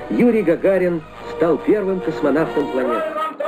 Юрий Гагарин стал первым космонавтом планеты.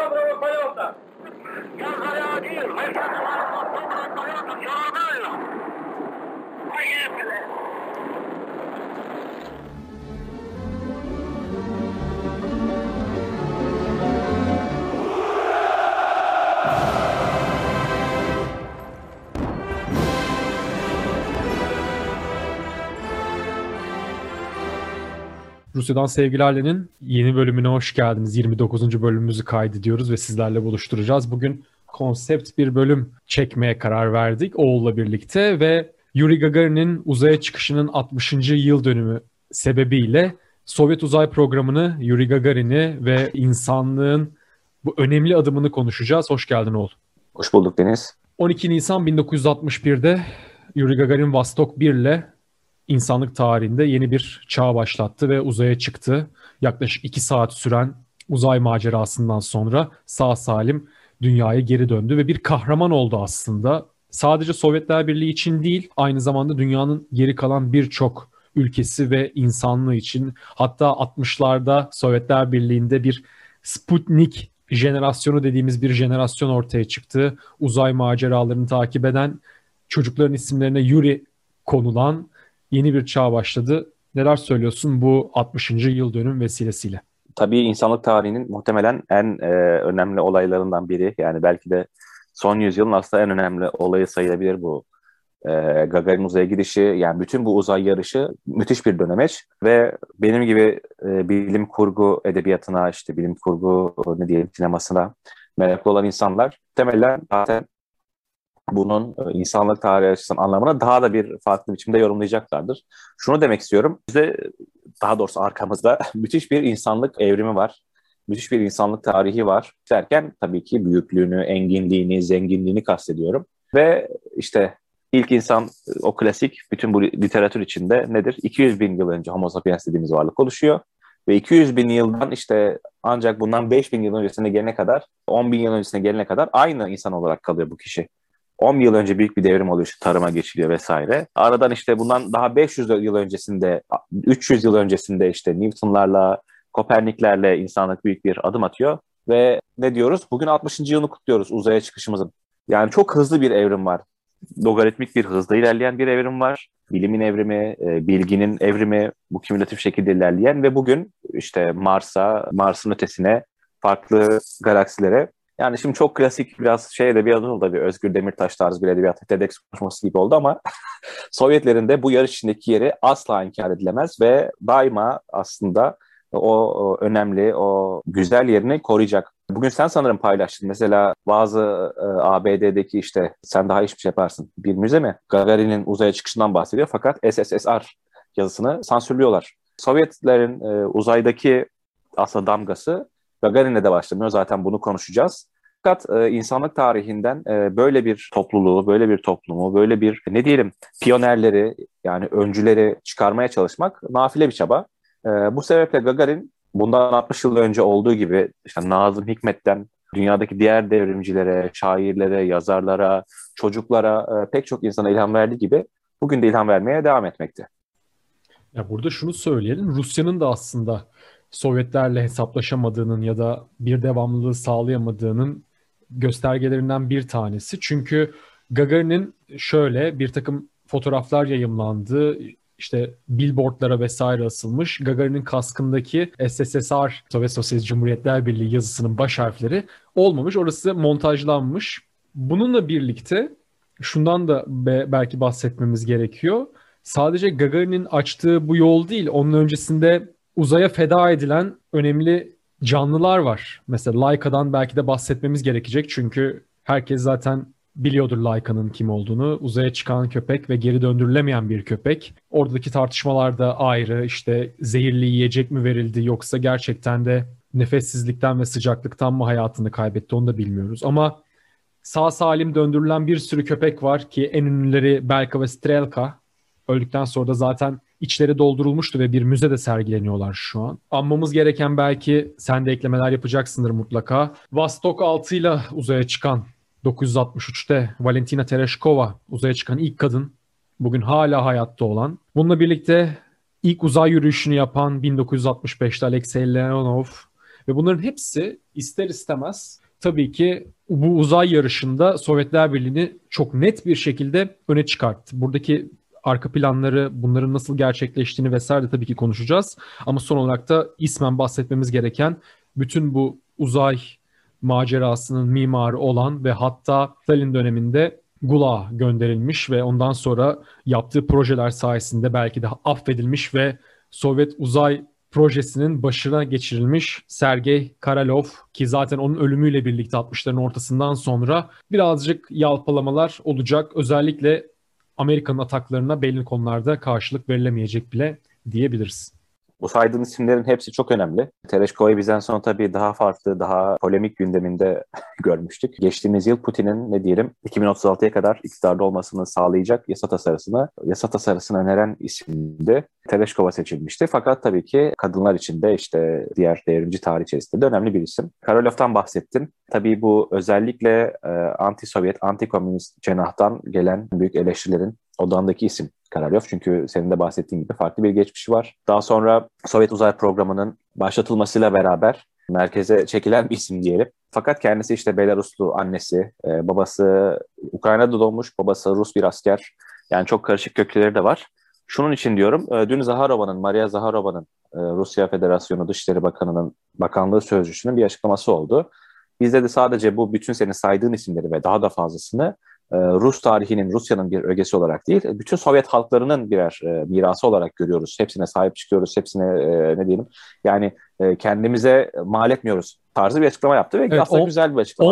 Rusya'dan Sevgilerle'nin yeni bölümüne hoş geldiniz. 29. bölümümüzü kaydediyoruz ve sizlerle buluşturacağız. Bugün konsept bir bölüm çekmeye karar verdik Oğul'la birlikte ve Yuri Gagarin'in uzaya çıkışının 60. yıl dönümü sebebiyle Sovyet uzay programını, Yuri Gagarin'i ve insanlığın bu önemli adımını konuşacağız. Hoş geldin Oğul. Hoş bulduk Deniz. 12 Nisan 1961'de Yuri Gagarin Vostok 1 ile İnsanlık tarihinde yeni bir çağ başlattı ve uzaya çıktı. Yaklaşık 2 saat süren uzay macerasından sonra sağ salim dünyaya geri döndü ve bir kahraman oldu aslında. Sadece Sovyetler Birliği için değil, aynı zamanda dünyanın geri kalan birçok ülkesi ve insanlığı için. Hatta 60'larda Sovyetler Birliği'nde bir Sputnik jenerasyonu dediğimiz bir jenerasyon ortaya çıktı. Uzay maceralarını takip eden, çocukların isimlerine Yuri konulan yeni bir çağ başladı. Neler söylüyorsun bu 60. yıl dönüm vesilesiyle? Tabii insanlık tarihinin muhtemelen en önemli olaylarından biri. Yani belki de son yüzyılın aslında en önemli olayı sayılabilir bu. Gagarin uzaya gidişi, yani bütün bu uzay yarışı müthiş bir dönemeç ve benim gibi bilim kurgu edebiyatına, işte bilim kurgu ne diyelim sinemasına meraklı olan insanlar muhtemelen zaten bunun insanlık tarihi açısından anlamına daha da bir farklı biçimde yorumlayacaklardır. Şunu demek istiyorum. Bize, daha doğrusu arkamızda müthiş bir insanlık evrimi var. Müthiş bir insanlık tarihi var. Derken tabii ki büyüklüğünü, enginliğini, zenginliğini kastediyorum. Ve işte ilk insan, o klasik bütün bu literatür içinde nedir? 200 bin yıl önce Homo sapiens dediğimiz varlık oluşuyor. Ve 200 bin yıldan işte ancak bundan 5 bin yıl öncesine gelene kadar, 10 bin yıl öncesine gelene kadar aynı insan olarak kalıyor bu kişi. 10 yıl önce büyük bir devrim oluyor, işte tarıma geçiliyor vesaire. Aradan işte bundan daha 500 yıl öncesinde, 300 yıl öncesinde işte Newton'larla, Koperniklerle insanlık büyük bir adım atıyor. Ve ne diyoruz? Bugün 60. yılını kutluyoruz uzaya çıkışımızın. Yani çok hızlı bir evrim var. Logaritmik bir hızla ilerleyen bir evrim var. Bilimin evrimi, bilginin evrimi, bu kümülatif şekilde ilerleyen ve bugün işte Mars'a, Mars'ın ötesine, farklı galaksilere. Yani şimdi çok klasik biraz edebiyat oldu, bir Özgür Demirtaş tarzı bir edebiyat, TEDx konuşması gibi oldu ama Sovyetlerin de bu yarış içindeki yeri asla inkar edilemez ve daima aslında o önemli, o güzel yerini koruyacak. Bugün sen sanırım paylaştın. Mesela bazı ABD'deki işte sen daha hiçbir şey yaparsın. Bir müze mi? Gagarin'in uzaya çıkışından bahsediyor fakat SSSR yazısını sansürlüyorlar. Sovyetlerin uzaydaki aslında damgası Gagarin'le de başlamıyor. Zaten bunu konuşacağız. Fakat insanlık tarihinden böyle bir topluluğu, böyle bir toplumu, böyle bir ne diyelim piyonerleri, yani öncüleri çıkarmaya çalışmak nafile bir çaba. Bu sebeple Gagarin bundan 60 yıl önce olduğu gibi işte Nazım Hikmet'ten dünyadaki diğer devrimcilere, şairlere, yazarlara, çocuklara pek çok insana ilham verdiği gibi bugün de ilham vermeye devam etmekte. Ya burada şunu söyleyelim. Rusya'nın da aslında Sovyetlerle hesaplaşamadığının ya da bir devamlılığı sağlayamadığının göstergelerinden bir tanesi. Çünkü Gagarin'in şöyle bir takım fotoğraflar yayımlandı. İşte billboardlara vesaire asılmış. Gagarin'in kaskındaki SSSR, Sovyet Sosyalist Cumhuriyetler Birliği yazısının baş harfleri olmamış. Orası montajlanmış. Bununla birlikte şundan da belki bahsetmemiz gerekiyor. Sadece Gagarin'in açtığı bu yol değil, onun öncesinde uzaya feda edilen önemli canlılar var. Mesela Laika'dan belki de bahsetmemiz gerekecek çünkü herkes zaten biliyordur Laika'nın kim olduğunu. Uzaya çıkan köpek ve geri döndürülemeyen bir köpek. Oradaki tartışmalar da ayrı. İşte zehirli yiyecek mi verildi yoksa gerçekten de nefessizlikten ve sıcaklıktan mı hayatını kaybetti onu da bilmiyoruz. Ama sağ salim döndürülen bir sürü köpek var ki en ünlüleri Belka ve Strelka. Öldükten sonra da zaten içleri doldurulmuştu ve bir müzede sergileniyorlar şu an. Anmamız gereken, belki sen de eklemeler yapacaksındır mutlaka, Vostok 6 ile uzaya çıkan 963'te Valentina Tereshkova uzaya çıkan ilk kadın. Bugün hala hayatta olan. Bununla birlikte ilk uzay yürüyüşünü yapan 1965'te Alexey Leonov ve bunların hepsi ister istemez tabii ki bu uzay yarışında Sovyetler Birliği'ni çok net bir şekilde öne çıkarttı. Buradaki arka planları, bunların nasıl gerçekleştiğini vesaire de tabii ki konuşacağız. Ama son olarak da ismen bahsetmemiz gereken bütün bu uzay macerasının mimarı olan ve hatta Stalin döneminde Gulag'a gönderilmiş ve ondan sonra yaptığı projeler sayesinde belki de affedilmiş ve Sovyet uzay projesinin başına geçirilmiş Sergey Korolev, ki zaten onun ölümüyle birlikte 60'ların ortasından sonra birazcık yalpalamalar olacak. Özellikle Amerika'nın ataklarına belli konularda karşılık verilemeyecek bile diyebiliriz. Bu saydığın isimlerin hepsi çok önemli. Tereshkova'yı bizden sonra tabii daha farklı, daha polemik gündeminde görmüştük. Geçtiğimiz yıl Putin'in 2036'ya kadar iktidarda olmasını sağlayacak yasa tasarısını öneren isimde Tereshkova seçilmişti. Fakat tabii ki kadınlar için de işte diğer devrimci tarih içerisinde de önemli bir isim. Korolev'den bahsettin. Tabii bu özellikle anti-Sovyet, anti-komünist cenahtan gelen büyük eleştirilerin odağındaki isim Korolev. Çünkü senin de bahsettiğin gibi farklı bir geçmişi var. Daha sonra Sovyet uzay programının başlatılmasıyla beraber merkeze çekilen bir isim diyelim. Fakat kendisi işte Belaruslu, annesi, babası Ukrayna'da doğmuş, babası Rus bir asker. Yani çok karışık kökleri de var. Şunun için diyorum, dün Maria Zaharova'nın Rusya Federasyonu Dışişleri Bakanı'nın bakanlığı sözcüsünün bir açıklaması oldu. Bizde de sadece bu bütün senin saydığın isimleri ve daha da fazlasını Rus tarihinin, Rusya'nın bir ögesi olarak değil, bütün Sovyet halklarının birer mirası olarak görüyoruz. Hepsine sahip çıkıyoruz, hepsine yani kendimize mal etmiyoruz tarzı bir açıklama yaptı ve evet, aslında güzel bir açıklama.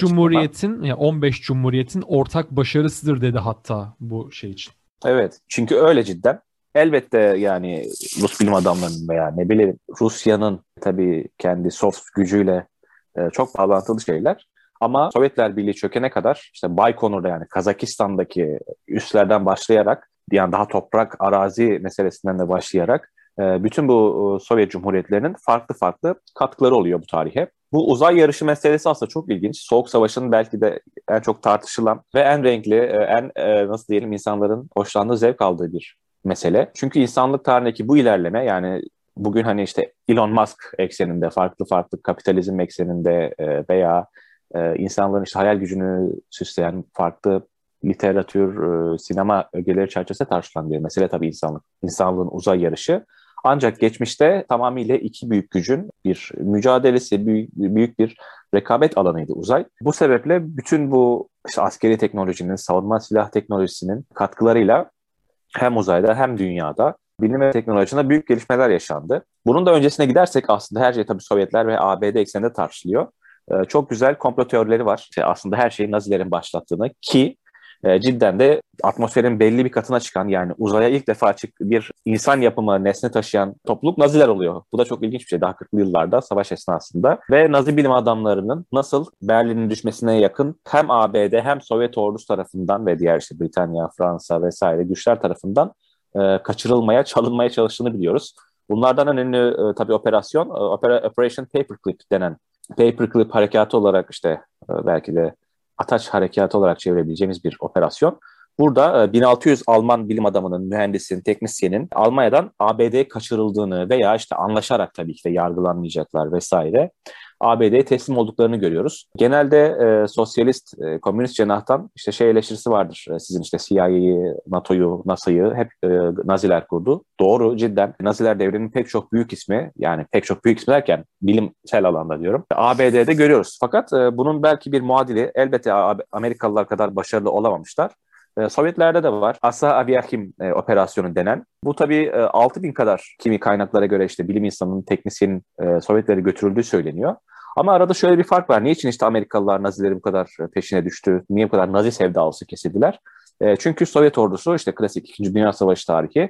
15 Cumhuriyet'in ortak başarısıdır dedi hatta bu şey için. Evet, çünkü öyle cidden. Elbette yani Rus bilim adamlarının veya ne bileyim Rusya'nın tabii kendi soft gücüyle çok bağlantılı şeyler. Ama Sovyetler Birliği çökene kadar işte Baykonur'da yani Kazakistan'daki üslerden başlayarak yani daha toprak arazi meselesinden de başlayarak bütün bu Sovyet Cumhuriyetlerinin farklı katkıları oluyor bu tarihe. Bu uzay yarışı meselesi aslında çok ilginç. Soğuk Savaş'ın belki de en çok tartışılan ve en renkli, nasıl diyelim insanların hoşlandığı, zevk aldığı bir mesele. Çünkü insanlık tarihindeki bu ilerleme yani bugün hani işte Elon Musk ekseninde, farklı kapitalizm ekseninde veya insanların işte hayal gücünü süsleyen farklı literatür, sinema ögeleri çerçevesinde tartışılan bir mesele tabii insanlığın uzay yarışı. Ancak geçmişte tamamıyla iki büyük gücün bir mücadelesi, büyük bir rekabet alanıydı uzay. Bu sebeple bütün bu işte askeri teknolojinin, savunma silah teknolojisinin katkılarıyla hem uzayda hem dünyada bilim ve teknolojide büyük gelişmeler yaşandı. Bunun da öncesine gidersek aslında her şey tabii Sovyetler ve ABD ekseninde tartışılıyor. Çok güzel komplo teorileri var. İşte aslında her şeyi Nazilerin başlattığını ki cidden de atmosferin belli bir katına çıkan yani uzaya ilk defa bir insan yapımı nesne taşıyan topluluk Naziler oluyor. Bu da çok ilginç bir şey daha 40'lı yıllarda savaş esnasında ve Nazi bilim adamlarının nasıl Berlin'in düşmesine yakın hem ABD hem Sovyet ordusu tarafından ve diğer işte Britanya, Fransa vesaire güçler tarafından kaçırılmaya, çalınmaya çalıştığını biliyoruz. Bunlardan önemli tabii Operation Paperclip denen Paperclip harekatı olarak işte belki de Ataç harekatı olarak çevirebileceğimiz bir operasyon. Burada 1600 Alman bilim adamının, mühendisin, teknisyenin Almanya'dan ABD'ye kaçırıldığını veya işte anlaşarak tabii ki de yargılanmayacaklar vesaire ABD'ye teslim olduklarını görüyoruz. Genelde sosyalist, komünist cenahtan işte eleştirisi vardır. Sizin işte CIA'yı, NATO'yu, NASA'yı hep Naziler kurdu. Doğru, cidden. Naziler devrinin pek çok büyük ismi, yani pek çok büyük ismi derken bilimsel alanda diyorum, ABD'de görüyoruz. Fakat bunun belki bir muadili, elbette Amerikalılar kadar başarılı olamamışlar. Sovyetlerde de var. Asa Avyakhin operasyonu denen. Bu tabii 6000 kadar kimi kaynaklara göre işte bilim insanının, teknisyenin Sovyetlere götürüldüğü söyleniyor. Ama arada şöyle bir fark var. Niçin işte Amerikalılar Nazileri bu kadar peşine düştü? Niye bu kadar Nazi sevdalısı kesildiler? Çünkü Sovyet ordusu işte klasik 2. Dünya Savaşı tarihi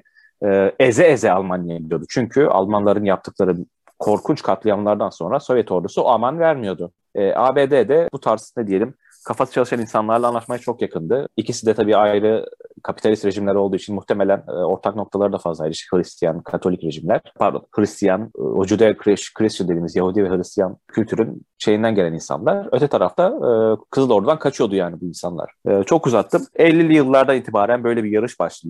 eze Almanya'ya gidiyordu. Çünkü Almanların yaptıkları korkunç katliamlardan sonra Sovyet ordusu aman vermiyordu. ABD'de bu tarz ne diyelim kafası çalışan insanlarla anlaşmaya çok yakındı. İkisi de tabii ayrı kapitalist rejimler olduğu için muhtemelen ortak noktaları da fazlaydı. Hristiyan, Katolik rejimler. Hristiyan, o Judeo-Christian dediğimiz Yahudi ve Hristiyan kültürün şeyinden gelen insanlar. Öte tarafta Kızıl Ordu'dan kaçıyordu yani bu insanlar. Çok uzattım. 50'li yıllardan itibaren böyle bir yarış başlıyor.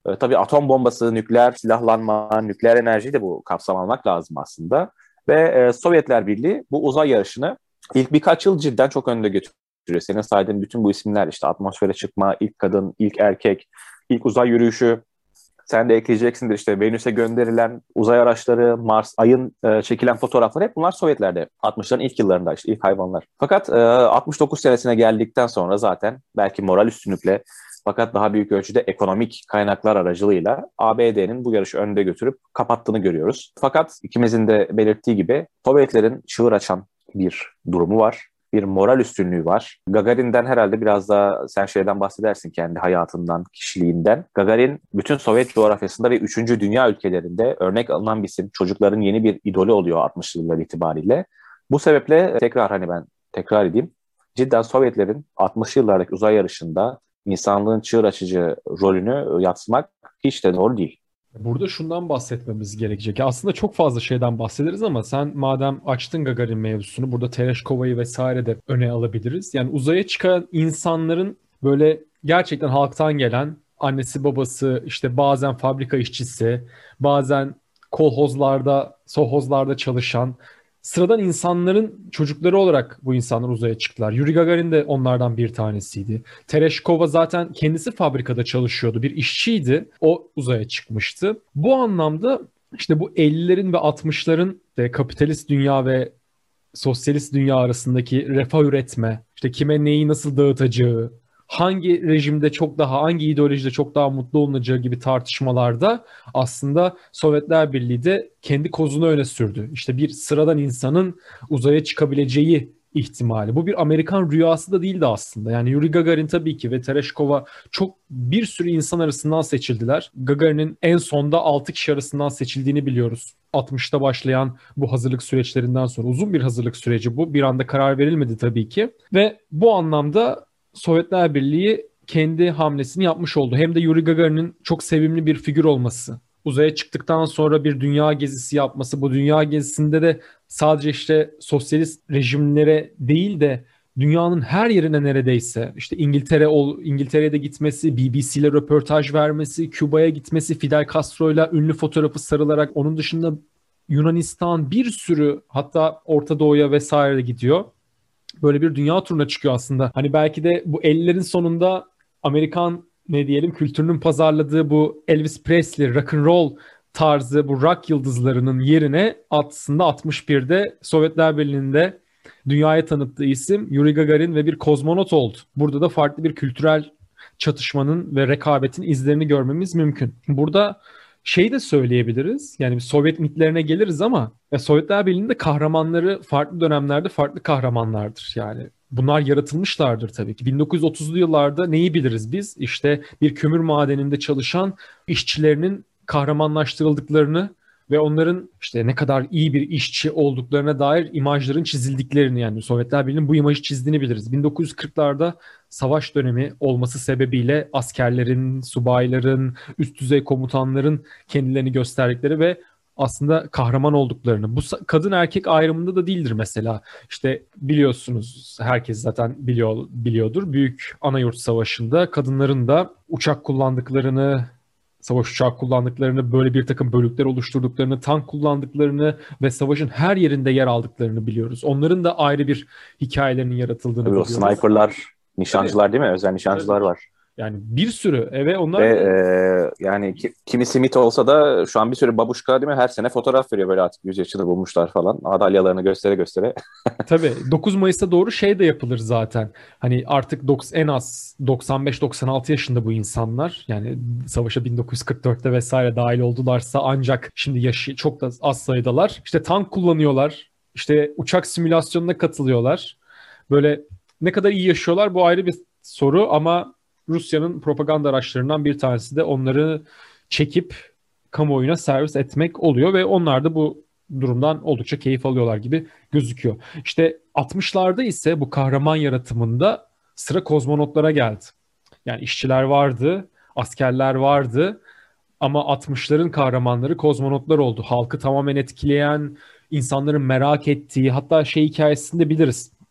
Tabii atom bombası, nükleer silahlanma, nükleer enerjiyi de bu kapsam almak lazım aslında. Ve Sovyetler Birliği bu uzay yarışını ilk birkaç yıl cidden çok önde götürüyor. Senin saydığın bütün bu isimler, işte atmosfere çıkma, ilk kadın, ilk erkek, ilk uzay yürüyüşü. Sen de ekleyeceksindir, işte Venüs'e gönderilen uzay araçları, Mars, Ay'ın çekilen fotoğraflar, hep bunlar Sovyetlerde. 60'ların ilk yıllarında işte ilk hayvanlar. Fakat 69 senesine geldikten sonra zaten belki moral üstünlükle, fakat daha büyük ölçüde ekonomik kaynaklar aracılığıyla ABD'nin bu yarışı önde götürüp kapattığını görüyoruz. Fakat ikimizin de belirttiği gibi Sovyetlerin çığır açan bir durumu var. Bir moral üstünlüğü var. Gagarin'den herhalde biraz daha sen şeyden bahsedersin, kendi hayatından, kişiliğinden. Gagarin bütün Sovyet coğrafyasında ve 3. Dünya ülkelerinde örnek alınan bir isim. Çocukların yeni bir idolü oluyor 60'lı yıllar itibariyle. Bu sebeple ben tekrar edeyim. Cidden Sovyetlerin 60'lı yıllardaki uzay yarışında insanlığın çığır açıcı rolünü yadsımak hiç de doğru değil. Burada şundan bahsetmemiz gerekecek. Aslında çok fazla şeyden bahsederiz ama sen madem açtın Gagarin mevzusunu, burada Tereshkova'yı vesaire de öne alabiliriz. Yani uzaya çıkan insanların böyle gerçekten halktan gelen, annesi babası işte bazen fabrika işçisi, bazen kolhozlarda, sovhozlarda çalışan sıradan insanların çocukları olarak bu insanlar uzaya çıktılar. Yuri Gagarin de onlardan bir tanesiydi. Tereshkova zaten kendisi fabrikada çalışıyordu. Bir işçiydi. O uzaya çıkmıştı. Bu anlamda işte bu 50'lerin ve 60'ların de kapitalist dünya ve sosyalist dünya arasındaki refah üretme, işte kime neyi nasıl dağıtacağı, hangi rejimde çok daha, hangi ideolojide çok daha mutlu olunacağı gibi tartışmalarda aslında Sovyetler Birliği de kendi kozunu öne sürdü. İşte bir sıradan insanın uzaya çıkabileceği ihtimali. Bu bir Amerikan rüyası da değildi aslında. Yani Yuri Gagarin tabii ki ve Tereshkova çok bir sürü insan arasından seçildiler. Gagarin'in en sonda 6 kişi arasından seçildiğini biliyoruz. 60'ta başlayan bu hazırlık süreçlerinden sonra uzun bir hazırlık süreci bu. Bir anda karar verilmedi tabii ki. Ve bu anlamda Sovyetler Birliği kendi hamlesini yapmış oldu. Hem de Yuri Gagarin'in çok sevimli bir figür olması. Uzaya çıktıktan sonra bir dünya gezisi yapması. Bu dünya gezisinde de sadece işte sosyalist rejimlere değil de dünyanın her yerine neredeyse işte İngiltere'ye de gitmesi, BBC ile röportaj vermesi, Küba'ya gitmesi, Fidel Castro'yla ünlü fotoğrafı sarılarak, onun dışında Yunanistan, bir sürü, hatta Orta Doğu'ya vesaire de gidiyor. Böyle bir dünya turuna çıkıyor aslında. Hani belki de bu 50'lerin sonunda Amerikan ne diyelim kültürünün pazarladığı bu Elvis Presley, rock and roll tarzı bu rock yıldızlarının yerine aslında 61'de Sovyetler Birliği'nde dünyaya tanıttığı isim Yuri Gagarin ve bir kozmonot oldu. Burada da farklı bir kültürel çatışmanın ve rekabetin izlerini görmemiz mümkün. Burada şey de söyleyebiliriz. Yani Sovyet mitlerine geliriz ama Sovyetler Birliği'nde kahramanları farklı dönemlerde farklı kahramanlardır. Yani bunlar yaratılmışlardır tabii ki. 1930'lu yıllarda neyi biliriz biz? İşte bir kömür madeninde çalışan işçilerinin kahramanlaştırıldıklarını ve onların işte ne kadar iyi bir işçi olduklarına dair imajların çizildiklerini, yani Sovyetler Birliği'nin bu imajı çizdiğini biliriz. 1940'larda savaş dönemi olması sebebiyle askerlerin, subayların, üst düzey komutanların kendilerini gösterdikleri ve aslında kahraman olduklarını. Bu kadın erkek ayrımında da değildir mesela. İşte biliyorsunuz, herkes zaten biliyordur. Büyük Anayurt Savaşı'nda kadınların da uçak kullandıklarını, savaş uçağı kullandıklarını, böyle bir takım bölükler oluşturduklarını, tank kullandıklarını ve savaşın her yerinde yer aldıklarını biliyoruz. Onların da ayrı bir hikayelerinin yaratıldığını Tabii biliyoruz. o sniperlar, nişancılar değil mi? Özel nişancılar var. Yani bir sürü onlar ve yani kimisi mit olsa da şu an bir sürü babuşka değil mi? Her sene fotoğraf veriyor böyle, artık 100 yaşını bulmuşlar falan. Madalyalarını göstere göstere. Tabii 9 Mayıs'a doğru şey de yapılır zaten. Hani artık en az 95-96 yaşında bu insanlar. Yani savaşa 1944'te vesaire dahil oldularsa ancak şimdi yaşı çok da az sayıdalar. İşte tank kullanıyorlar. İşte uçak simülasyonuna katılıyorlar. Böyle ne kadar iyi yaşıyorlar bu ayrı bir soru ama Rusya'nın propaganda araçlarından bir tanesi de onları çekip kamuoyuna servis etmek oluyor ve onlar da bu durumdan oldukça keyif alıyorlar gibi gözüküyor. İşte 60'larda ise bu kahraman yaratımında sıra kozmonotlara geldi. Yani işçiler vardı, askerler vardı ama 60'ların kahramanları kozmonotlar oldu. Halkı tamamen etkileyen, insanların merak ettiği, hatta şey hikayesini de biliriz.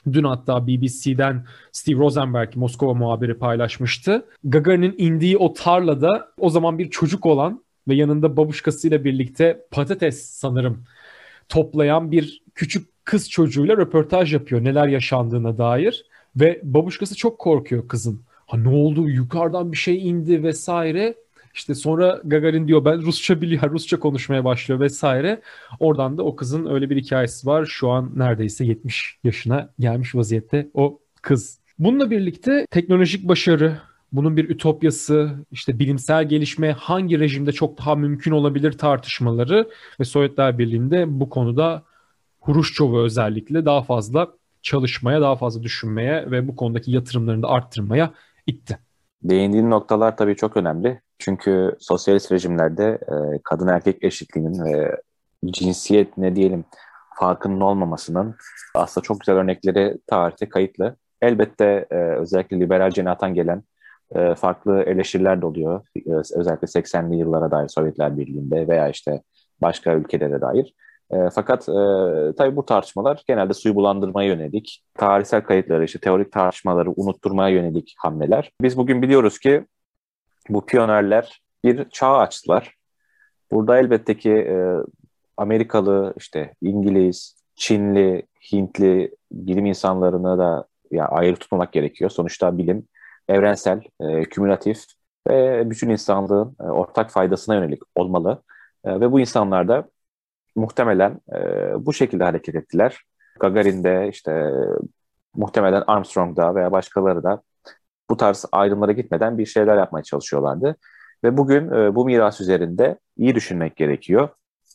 Dün hatta BBC'den Steve Rosenberg, Moskova muhabiri paylaşmıştı. Gagarin'in indiği o tarlada o zaman bir çocuk olan ve yanında babuşkasıyla birlikte patates sanırım toplayan bir küçük kız çocuğuyla röportaj yapıyor neler yaşandığına dair. Ve babuşkası çok korkuyor kızın. Ha ne oldu, yukarıdan bir şey indi vesaire. İşte sonra Gagarin diyor ben Rusça biliyor, Rusça konuşmaya başlıyor vesaire. Oradan da o kızın öyle bir hikayesi var. Şu an neredeyse 70 yaşına gelmiş vaziyette o kız. Bununla birlikte teknolojik başarı, bunun bir ütopyası, işte bilimsel gelişme hangi rejimde çok daha mümkün olabilir tartışmaları ve Sovyetler Birliği'nde bu konuda Hruşçov'u özellikle daha fazla çalışmaya, daha fazla düşünmeye ve bu konudaki yatırımlarını da arttırmaya itti. Değindiğin noktalar tabii çok önemli. Çünkü sosyalist rejimlerde kadın erkek eşitliğinin ve cinsiyet ne diyelim farkının olmamasının aslında çok güzel örnekleri tarihte kayıtlı. Elbette özellikle liberal cenahtan gelen farklı eleştiriler de oluyor. Özellikle 80'li yıllara dair Sovyetler Birliği'nde veya işte başka ülkelere dair. Fakat tabii bu tartışmalar genelde suyu bulandırmaya yönelik, tarihsel kayıtları, işte teorik tartışmaları unutturmaya yönelik hamleler. Biz bugün biliyoruz ki bu piyonerler bir çağ açtılar. Burada elbette ki Amerikalı, işte İngiliz, Çinli, Hintli bilim insanlarını da ya ayrı tutmamak gerekiyor. Sonuçta bilim evrensel, kümülatif ve bütün insanlığın ortak faydasına yönelik olmalı. Ve bu insanlar da muhtemelen bu şekilde hareket ettiler. Gagarin'de işte muhtemelen Armstrong'da veya başkaları da bu tarz ayrımlara gitmeden bir şeyler yapmaya çalışıyorlardı. Ve bugün bu miras üzerinde iyi düşünmek gerekiyor.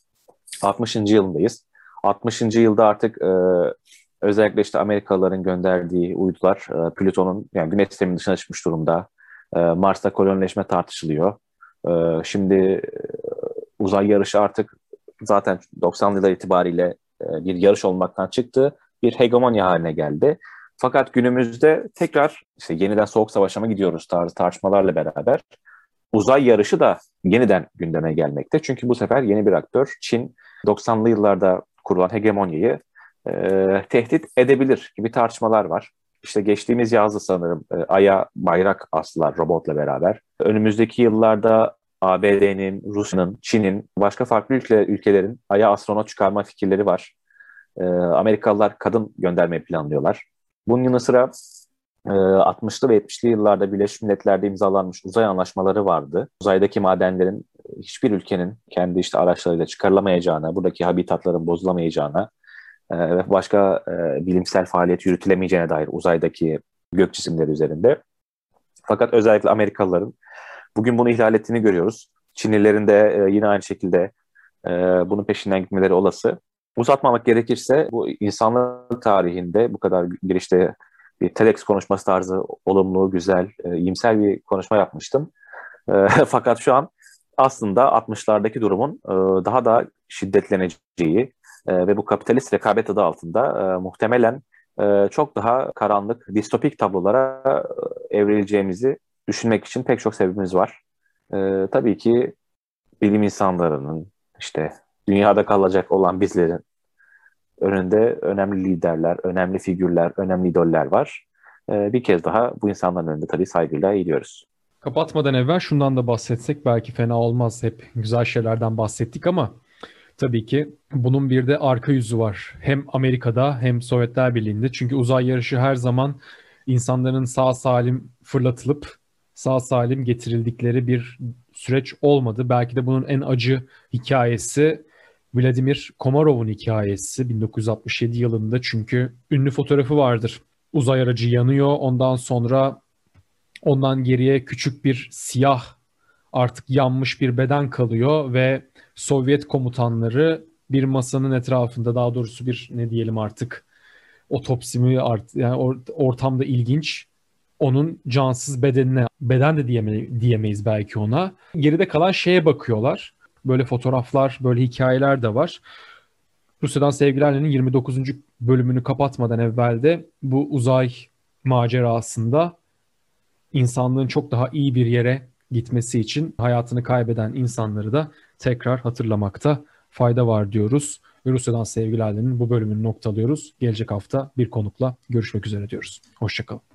60. yılındayız. 60. yılda artık özellikle işte Amerikalıların gönderdiği uydular Plüton'un yani Güneş sisteminin dışına çıkmış durumda. Mars'ta kolonileşme tartışılıyor. Şimdi uzay yarışı artık zaten 90'lı yıllar itibariyle bir yarış olmaktan çıktı. Bir hegemonya haline geldi. Fakat günümüzde tekrar işte yeniden Soğuk Savaş'a mı gidiyoruz tarzı tartışmalarla beraber uzay yarışı da yeniden gündeme gelmekte. Çünkü bu sefer yeni bir aktör Çin 90'lı yıllarda kurulan hegemonyayı tehdit edebilir gibi tartışmalar var. İşte geçtiğimiz yazda sanırım Ay'a bayrak astılar robotla beraber. Önümüzdeki yıllarda ABD'nin, Rusya'nın, Çin'in, başka farklı ülkelerin Ay'a astronot çıkarma fikirleri var. Amerikalılar kadın göndermeyi planlıyorlar. Bunun yanı sıra 60'lı ve 70'li yıllarda Birleşmiş Milletler'de imzalanmış uzay anlaşmaları vardı. Uzaydaki madenlerin hiçbir ülkenin kendi işte araçlarıyla çıkarılamayacağına, buradaki habitatların bozulamayacağına ve başka bilimsel faaliyet yürütülemeyeceğine dair uzaydaki gök cisimleri üzerinde. Fakat özellikle Amerikalıların bugün bunu ihlal ettiğini görüyoruz. Çinlilerin de yine aynı şekilde bunun peşinden gitmeleri olası. Uzatmamak gerekirse bu insanlık tarihinde bu kadar girişte bir TEDx konuşması tarzı olumlu, güzel, iyimser bir konuşma yapmıştım. Fakat şu an aslında 60'lardaki durumun daha da şiddetleneceği ve bu kapitalist rekabet adı altında muhtemelen çok daha karanlık, distopik tablolara evrileceğimizi düşünmek için pek çok sebebimiz var. Tabii ki bilim insanlarının, işte dünyada kalacak olan bizlerin önünde önemli liderler, önemli figürler, önemli idoller var. Bir kez daha bu insanların önünde tabii saygıyla eğiliyoruz. Kapatmadan evvel şundan da bahsetsek belki fena olmaz. Hep güzel şeylerden bahsettik ama tabii ki bunun bir de arka yüzü var. Hem Amerika'da hem Sovyetler Birliği'nde. Çünkü uzay yarışı her zaman insanların sağ salim fırlatılıp sağ salim getirildikleri bir süreç olmadı. Belki de bunun en acı hikayesi Vladimir Komarov'un hikayesi 1967 yılında. Çünkü ünlü fotoğrafı vardır. Uzay aracı yanıyor. Ondan sonra ondan geriye küçük bir siyah artık yanmış bir beden kalıyor ve Sovyet komutanları bir masanın etrafında, daha doğrusu bir ne diyelim artık otopsi mi yani ortamda ilginç, onun cansız bedenine, beden de diyemeyiz belki ona. Geride kalan şeye bakıyorlar. Böyle fotoğraflar, böyle hikayeler de var. Rusya'dan Sevgilerle'nin 29. bölümünü kapatmadan evvel de bu uzay macerasında insanlığın çok daha iyi bir yere gitmesi için hayatını kaybeden insanları da tekrar hatırlamakta fayda var diyoruz. ve Rusya'dan sevgilerinin bu bölümünü noktalıyoruz. Gelecek hafta bir konukla görüşmek üzere diyoruz. Hoşçakalın.